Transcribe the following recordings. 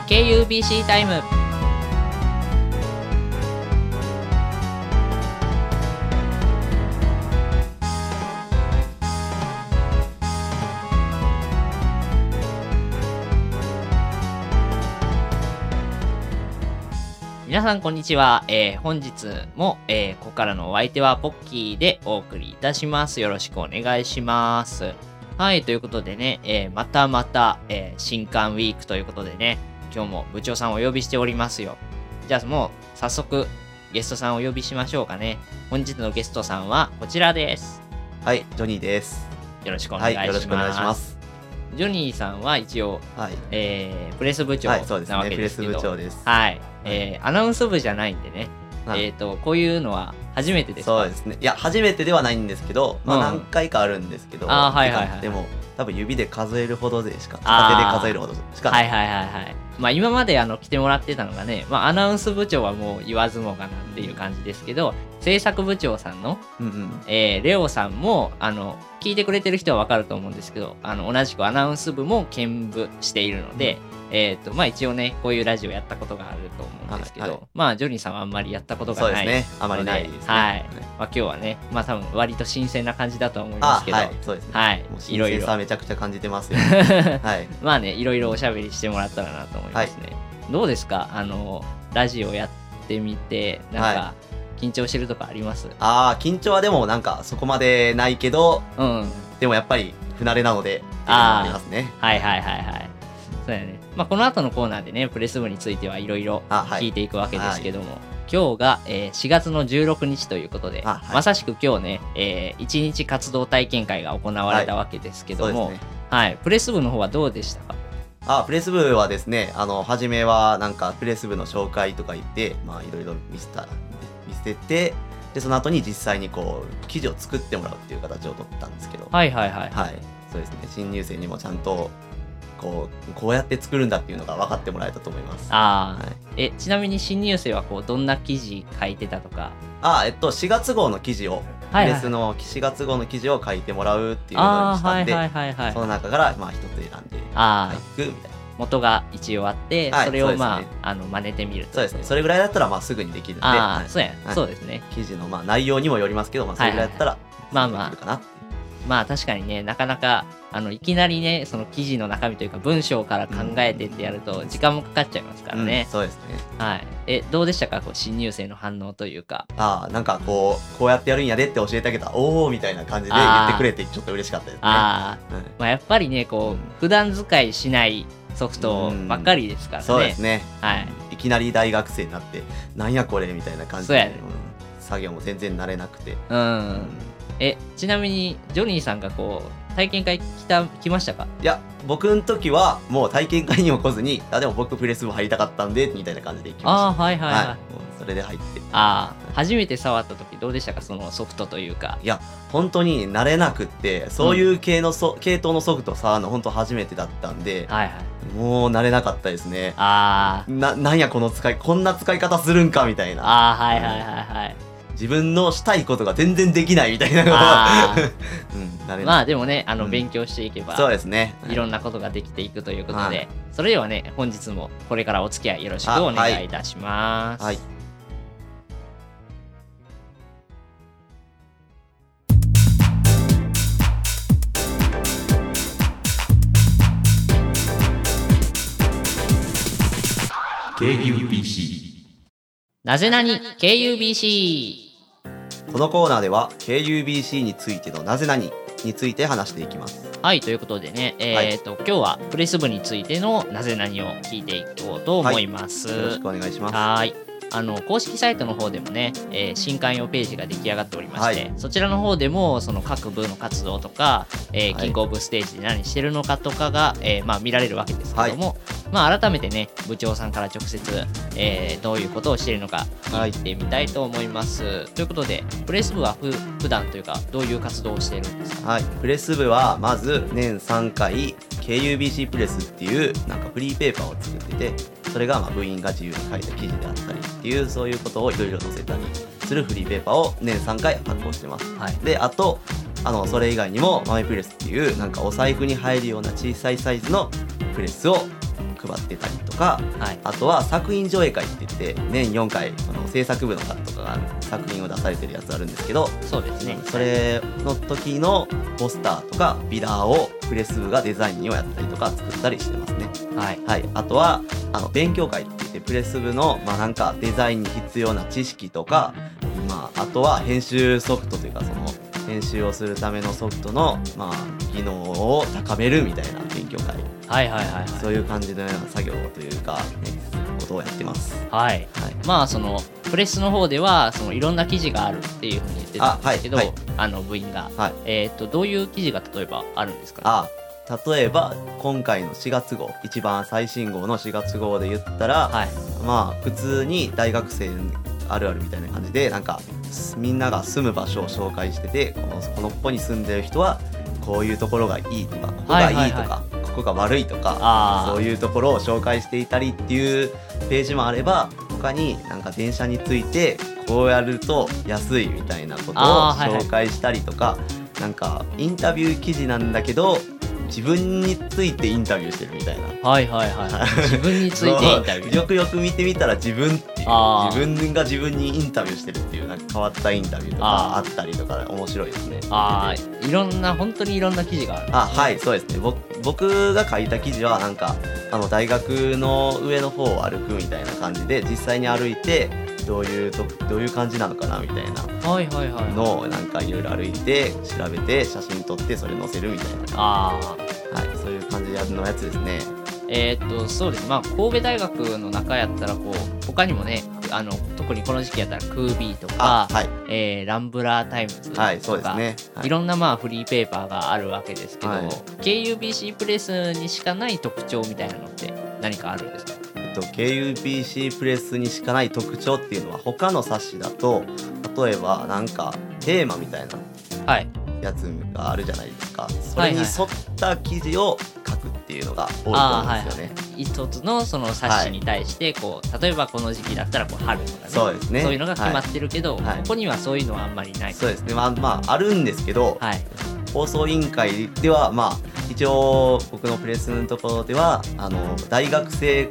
KUBC タイム。皆さんこんにちは。本日も、ここからのお相手はポッキーでお送りいたします。よろしくお願いします。はい、ということでね、また、新刊ウィークということでね、今日も部長さんをお呼びしておりますよ。じゃあもう早速ゲストさんをお呼びしましょうかね。本日のゲストさんはこちらです。 はい、ジョニーです。 よろしくお願いします。 はい、よろしくお願いします。 ジョニーさんは一応、 はいプレス部長なわけですけど、 はい、そうですね、プレス部長です。 はい、アナウンス部じゃないんでね、はい、こういうのは初めてですか？ そうですね。いや、初めてではないんですけど、何回かあるんですけど、でも多分指で数えるほどでしか、片手で数えるほどしかない。 まあ今まで来てもらってたのがね、アナウンス部長はもう言わずもがなっていう感じですけど、制作部長さんの、レオさんも聞いてくれてる人は分かると思うんですけど、同じくアナウンス部も兼部しているので、一応ねこういうラジオやったことがあると思うんですけど、ジョニーさんはあんまりやったことがないので、 そうですね、あまりないですね。 はい。今日はね、多分割と新鮮な感じだと思いますけど、 そうですね。 はい。 新鮮さめちゃくちゃ感じてますよ。はい。 いろいろおしゃべりしてもらったらなと思いますね。どうですか？ラジオやってみてなんか緊張してるとかあります？ 緊張はでもなんかそこまでないけど、でもやっぱり不慣れなのでありますね。 はい。そうやね。この後のコーナーでね、プレス部についてはいろいろ聞いていくわけですけども、今日が、4月の16日ということで、まさしく今日ね、1日活動体験会が行われたわけですけども、プレス部の方はどうでしたか？ プレス部はですね、初めはなんかプレス部の紹介とか言って、いろいろ見せて、でその後に実際にこう記事を作ってもらうっていう形を取ったんですけど、そうですね、新入生にもちゃんとこうやって作るんだっていうのが分かってもらえたと思います。 ちなみに新入生はどんな記事書いてたとか ？4月号の記事を、プレスの4月号の記事を書いてもらうっていうのにしたんで、その中から一つ選んで書くみたいな。 元が一応あって、それを真似てみると。 そうですね。それぐらいだったらすぐにできるんで、 そうですね。 記事の内容にもよりますけど、それぐらいだったらできるかな。 確かにね、なかなかいきなりね、その記事の中身というか文章から考えてってやると時間もかかっちゃいますからね。 そうですね。どうでしたか、新入生の反応というか。 なんかこうやってやるんやでって教えてあげたら、おーみたいな感じで言ってくれてちょっと嬉しかったですね。 やっぱりね、普段使いしないソフトばっかりですからね。 そうですね。いきなり大学生になってなんやこれみたいな感じで、作業も全然慣れなくて。 ちなみにジョニーさんが体験会来ましたか？ いや、僕の時はもう体験会にも来ずに、でも僕プレス部入りたかったんでみたいな感じで来ました。もうそれで入って。 初めて触った時どうでしたか、そのソフトというか？ いや、本当に慣れなくって、そういう系統のソフトを触るの本当初めてだったんで、もう慣れなかったですね。なんやこのこんな使い方するんかみたいな。自分のしたいことが全然できないみたいな。 でもね、勉強していけば、 そうですね。 いろんなことができていくということで、それではね、本日もこれからお付き合いよろしくお願いいたします。KUBC なぜなに KUBC。 このコーナーでは KUBC についてのなぜなにについて話していきます。 ということでね、今日はプレス部についてのなぜなにを聞いていこうと思います。 よろしくお願いします。 公式サイトの方でもね、新刊用ページが出来上がっておりまして、そちらの方でもその各部の活動とか、キングオブステージで何してるのかとかが、見られるわけですけども、改めてね、部長さんから直接、どういうことをしているのか聞いてみたいと思います。ということで、プレス部は普段というかどういう活動をしているんですか？ プレス部はまず年3回 KUBC プレスっていうなんかフリーペーパーを作ってて、それが部員が自由に書いた記事であったりっていう、そういうことをいろいろ載せたりするフリーペーパーを年3回発行してます。で、あとそれ以外にも豆プレスっていうなんかお財布に入るような小さいサイズのプレスを配ってたりとか、あとは作品上映会って言って年4回制作部の方とかが作品を出されてるやつあるんですけど、 そうですね、 それの時のポスターとかビラをプレス部がデザインをやったりとか作ったりしてますね。あとは勉強会って言ってプレス部のなんかデザインに必要な知識とか、あとは編集ソフトというかその編集をするためのソフトの技能を高めるみたいな勉強会、そういう感じのような作業というか、ことをやってます。 そのプレスの方ではそのいろんな記事があるっていうふうに言ってたんですけど、部員が、どういう記事が例えばあるんですか？ 例えば今回の4月号、一番最新号の4月号で言ったら、普通に大学生あるあるみたいな感じでなんかみんなが住む場所を紹介してて、ここに住んでる人はこういうところがいいとか、ここがいいとか、ここが悪いとか、そういうところを紹介していたりっていうページもあれば、他になんか電車についてこうやると安いみたいなことを紹介したりとか、なんかインタビュー記事なんだけど自分についてインタビューしてるみたいな。 自分についてインタビューよくよく見てみたら自分っていう、自分が自分にインタビューしてるっていうなんか変わったインタビューとかあったりとか面白いですね。 いろんな本当にいろんな記事がある。 そうですね。僕が書いた記事はなんか大学の上の方を歩くみたいな感じで、実際に歩いてどういう感じなのかなみたいなのをなんかいろいろ歩いて調べて写真撮ってそれ載せるみたいな、そういう感じのやつですね。 そうです。神戸大学の中やったら他にもね、特にこの時期やったらクービーとか、ランブラータイムズとか、 そうですね、 いろんなフリーペーパーがあるわけですけど、KUBC プレスにしかない特徴みたいなのって何かあるんですか ？KUBC プレスにしかない特徴っていうのは、他の冊子だと例えばなんかテーマみたいなやつがあるじゃないですか。それに沿った記事を書くっていうのが多いと思うんですよね。 一つのその冊子に対して例えばこの時期だったら春とかね、そうですね、そういうのが決まってるけど、ここにはそういうのはあんまりない。 そうですね。あるんですけど、放送委員会では一応僕のプレスのところでは大学生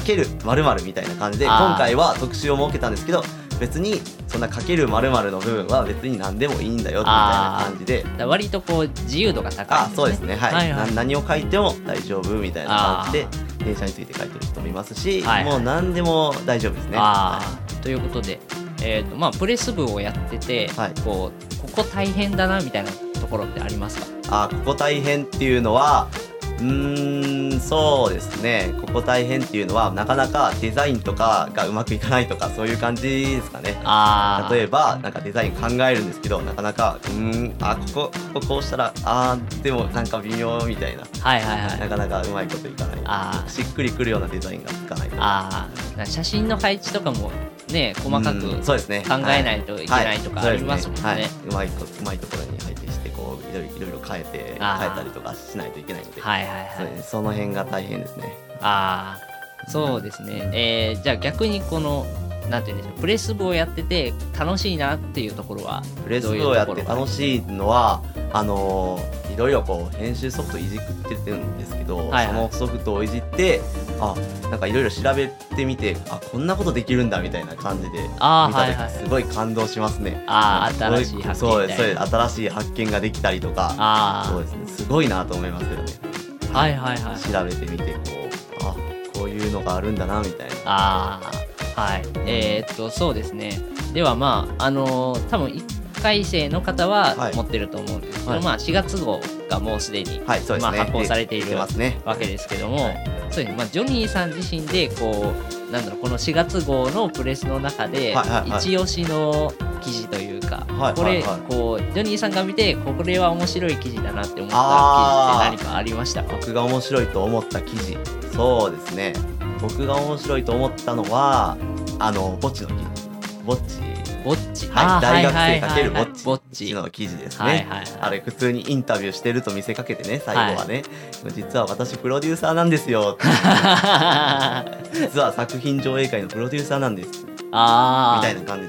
×〇〇みたいな感じで今回は特集を設けたんですけど、別にそんな×〇〇の部分は別に何でもいいんだよみたいな感じで、 割と自由度が高いんですね。 そうですね。何を書いても大丈夫みたいな感じで電車について書いてる人もいますし、もう何でも大丈夫ですね。 ということで、プレス部をやってて、ここ大変だなみたいなところってありますか？ ここ大変っていうのはそうですね。ここ大変っていうのはなかなかデザインとかがうまくいかないとか、そういう感じですかね。例えばなんかデザイン考えるんですけど、なかなかここうしたらでもなんか微妙みたいな、なかなかうまいこといかない、しっくりくるようなデザインがつかない。 写真の配置とかもね、細かく考えないといけないとかありますもんね。 うまいところに配置していろいろ変えたりとかしないといけないので、その辺が大変ですね。 そうですね。じゃあ逆になんていうんでしょう、プレス部をやってて楽しいなっていうところはプレス部をやって楽しいのは、いろいろ編集ソフトいじってるんですけど、そのソフトをいじってなんかいろいろ調べてみて、こんなことできるんだみたいな感じで見た時すごい感動しますね。 新しい発見。 そうです。新しい発見ができたりとか、そうですね、すごいなと思いますよね。調べてみてこういうのがあるんだなみたいな。 そうですね。では多分1回生の方は持ってると思うんですけど、4月号がもうすでに発行されているわけですけども、そうですね。ジョニーさん自身でこの4月号のプレスの中で一押しの記事というか、これジョニーさんが見てこれは面白い記事だなって思った記事って何かありましたか？ 僕が面白いと思った記事、そうですね。僕が面白いと思ったのはぼっちの記事、ぼっち、大学生×ぼっちの記事ですね。あれ普通にインタビューしてると見せかけてね、最後はね、実は私プロデューサーなんですよ実は作品上映会のプロデューサーなんですみたいな感じで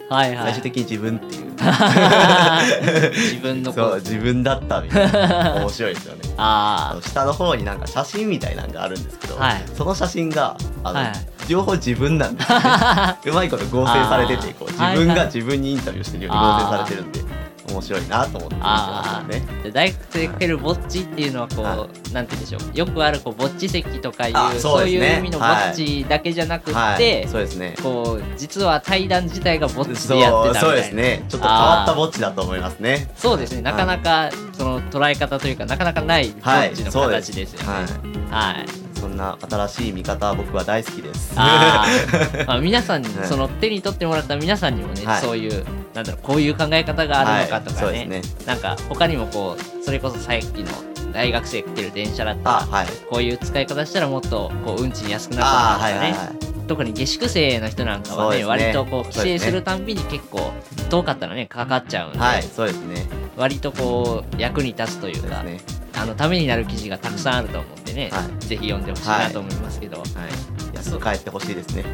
はいはい、 最終的に自分っていう自分のそう自分だったみたいな面白いですよね。下の方になんか写真みたいなのがあるんですけど、はい、その写真が両方自分なんですよねうまいこと合成されててこう自分が自分にインタビューしてるように合成されてるんで面白いなと思って見てますね。 大学でかけるぼっちっていうのはこう、なんて言うんでしょう、よくあるこうぼっち席とかいうそういう意味のぼっちだけじゃなくて、 そうですね、 こう実は対談自体がぼっちでやってたみたいな。 そうですね、ちょっと変わったぼっちだと思いますね。 そうですね、なかなかその捉え方というかなかなかないぼっちの形ですよね。はい、 そんな新しい見方は僕は大好きです。 皆さんにその手に取ってもらった皆さんにもね、そういうなんだろう、こういう考え方があるのかとかね、なんか他にもこうそれこそさっきの大学生が来てる電車だったらこういう使い方したらもっとこう運賃安くなったりとかね、特に下宿生の人なんかはね割とこう帰省するたんびに結構遠かったらねかかっちゃうんで、 そうですね、 割とこう役に立つというかためになる記事がたくさんあると思うんでね、ぜひ読んでほしいなと思いますけど、 安く帰ってほしいですね。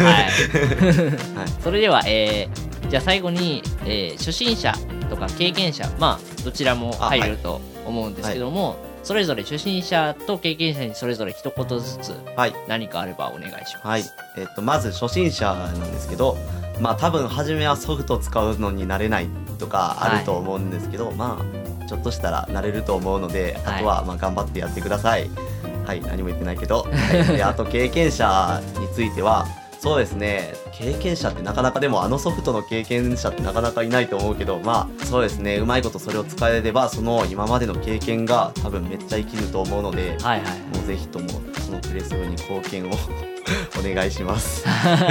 それでは、じゃあ最後に、初心者とか経験者、どちらも入ると思うんですけども、それぞれ初心者と経験者にそれぞれ一言ずつ何かあればお願いします。 まず初心者なんですけど、多分初めはソフト使うのに慣れないとかあると思うんですけど、ちょっとしたら慣れると思うので、あとは頑張ってやってください。何も言ってないけど、であと経験者についてはそうですね、経験者ってなかなかでもソフトの経験者ってなかなかいないと思うけど、そうですね、うまいことそれを使えればその今までの経験が多分めっちゃ生きると思うので、もうぜひともそのプレス部に貢献をお願いします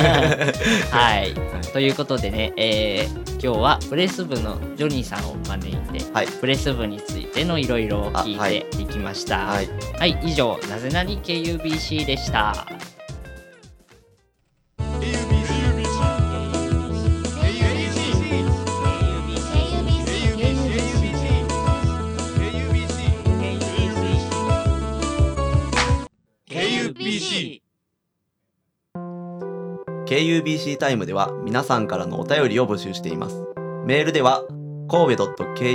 ということでね、今日はプレス部のジョニーさんを招いて、プレス部についてのいろいろ聞いていきました。以上なぜなに KUBC でした。 KUBC タイムでは皆さんからのお便りを募集しています。メールでは神戸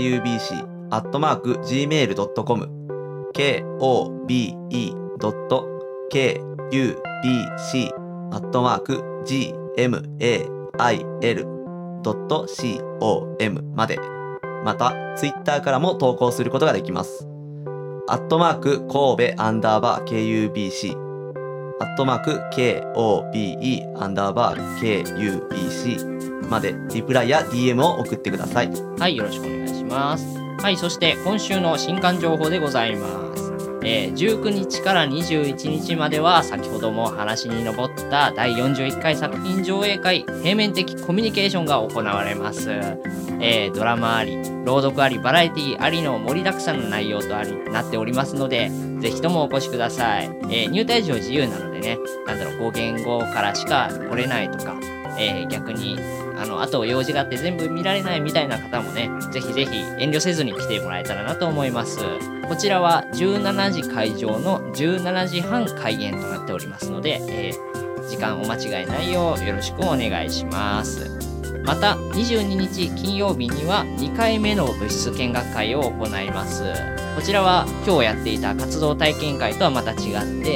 .kubc@gmail.com kobe.gmail.com まで、またツイッターからも投稿することができます。神戸_KUBC@KOBE_KUBC までリプライや DM を送ってください。 よろしくお願いします。そして今週の新刊情報でございます。19日から21日までは先ほども話に上った第41回作品上映会平面的コミュニケーションが行われます。ドラマあり、朗読あり、バラエティありの盛りだくさんの内容となっておりますので、ぜひともお越しください。入退場自由なのでね、5言語からしか来れないとか、逆にあと用事があって全部見られないみたいな方もね、ぜひぜひ遠慮せずに来てもらえたらなと思います。こちらは17時会場の17時半開演となっておりますので、時間お間違いないようよろしくお願いします。また22日金曜日には2回目の部室見学会を行います。こちらは今日やっていた活動体験会とはまた違って、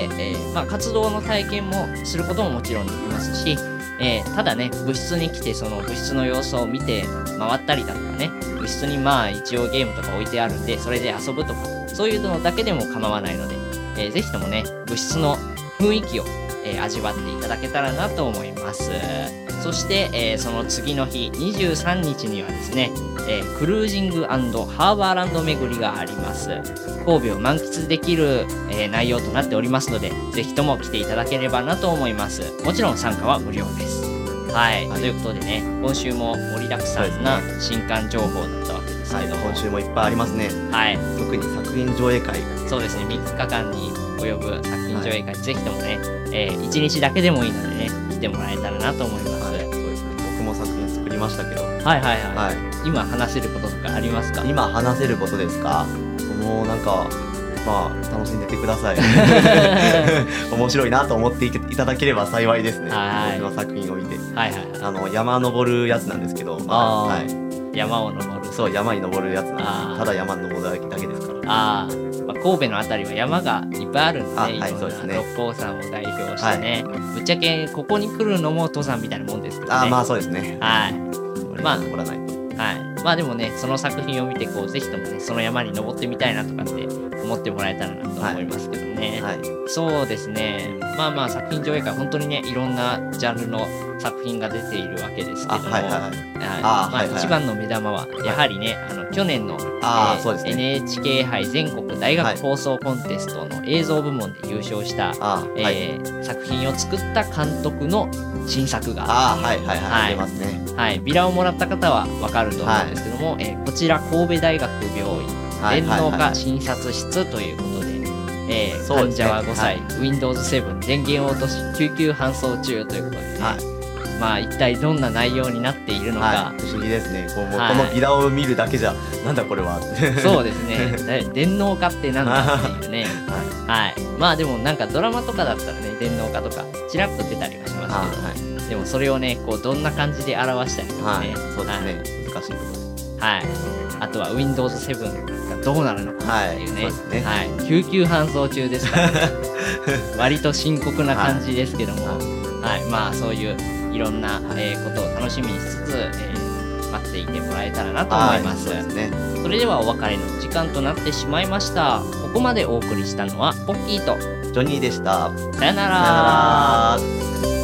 活動の体験もすることももちろんできますし、ただね、部室に来てその部室の様子を見て回ったりだとかね、部室に一応ゲームとか置いてあるんでそれで遊ぶとか、そういうのだけでも構わないので、ぜひともね、部室の雰囲気を、味わっていただけたらなと思います。そして、その次の日23日にはですね、クルージング&ハーバーランド巡りがあります。神戸を満喫できる、内容となっておりますので、ぜひとも来ていただければなと思います。もちろん参加は無料です。ということでね、今週も盛りだくさんな新刊情報だったわけですけど、 今週もいっぱいありますね。特に作品上映会、 そうですね、3日間に及ぶ作品上映会、ぜひともね、1日だけでもいいのでね、来てもらえたらなと思います。 そうですね、僕も作品作りましたけど、 今話せることとかありますか？ 今話せることですか？もうまあ楽しんでてください面白いなと思っていただければ幸いですね。僕の作品を見て、山登るやつなんですけど、 山を登る、 そう山に登るやつなんです。ただ山に登るだけですから。 神戸のあたりは山がいっぱいあるんでね、そうですね、六甲山を代表してね、ぶっちゃけここに来るのも登山みたいなもんですけどね。 まあそうですね。登らないと。 まあでもね、その作品を見てぜひともねその山に登ってみたいなとかって思ってもらえたらなと思いますけどね。そうですね、まあ作品上映会本当にねいろんなジャンルの作品が出ているわけですけども、一番の目玉はやはりね、去年の、NHK 杯全国大学放送コンテストの映像部門で優勝した、作品を作った監督の新作が出ますね。 ビラをもらった方は分かると思うんですけども、こちら神戸大学病院電脳科診察室ということで、患者は5歳、Windows 7電源を落とし救急搬送中ということでね、まあ一体どんな内容になっているのか、 不思議ですね。このビラを見るだけじゃなんだこれはそうですね電脳科ってなんだっていうねまあでもなんかドラマとかだったらね電脳科とかちらっと出たりはしますけど、でもそれをねどんな感じで表したりとかね、 そうですね、難しいところです。 あとは Windows 7がどうなるのかっていうね、救急搬送中ですから割と深刻な感じですけども、まあそういういろんなことを楽しみにしつつ、待っていてもらえたらなと思います。それではお別れの時間となってしまいました。ここまでお送りしたのはポッキーとジョニーでした。 さよなら。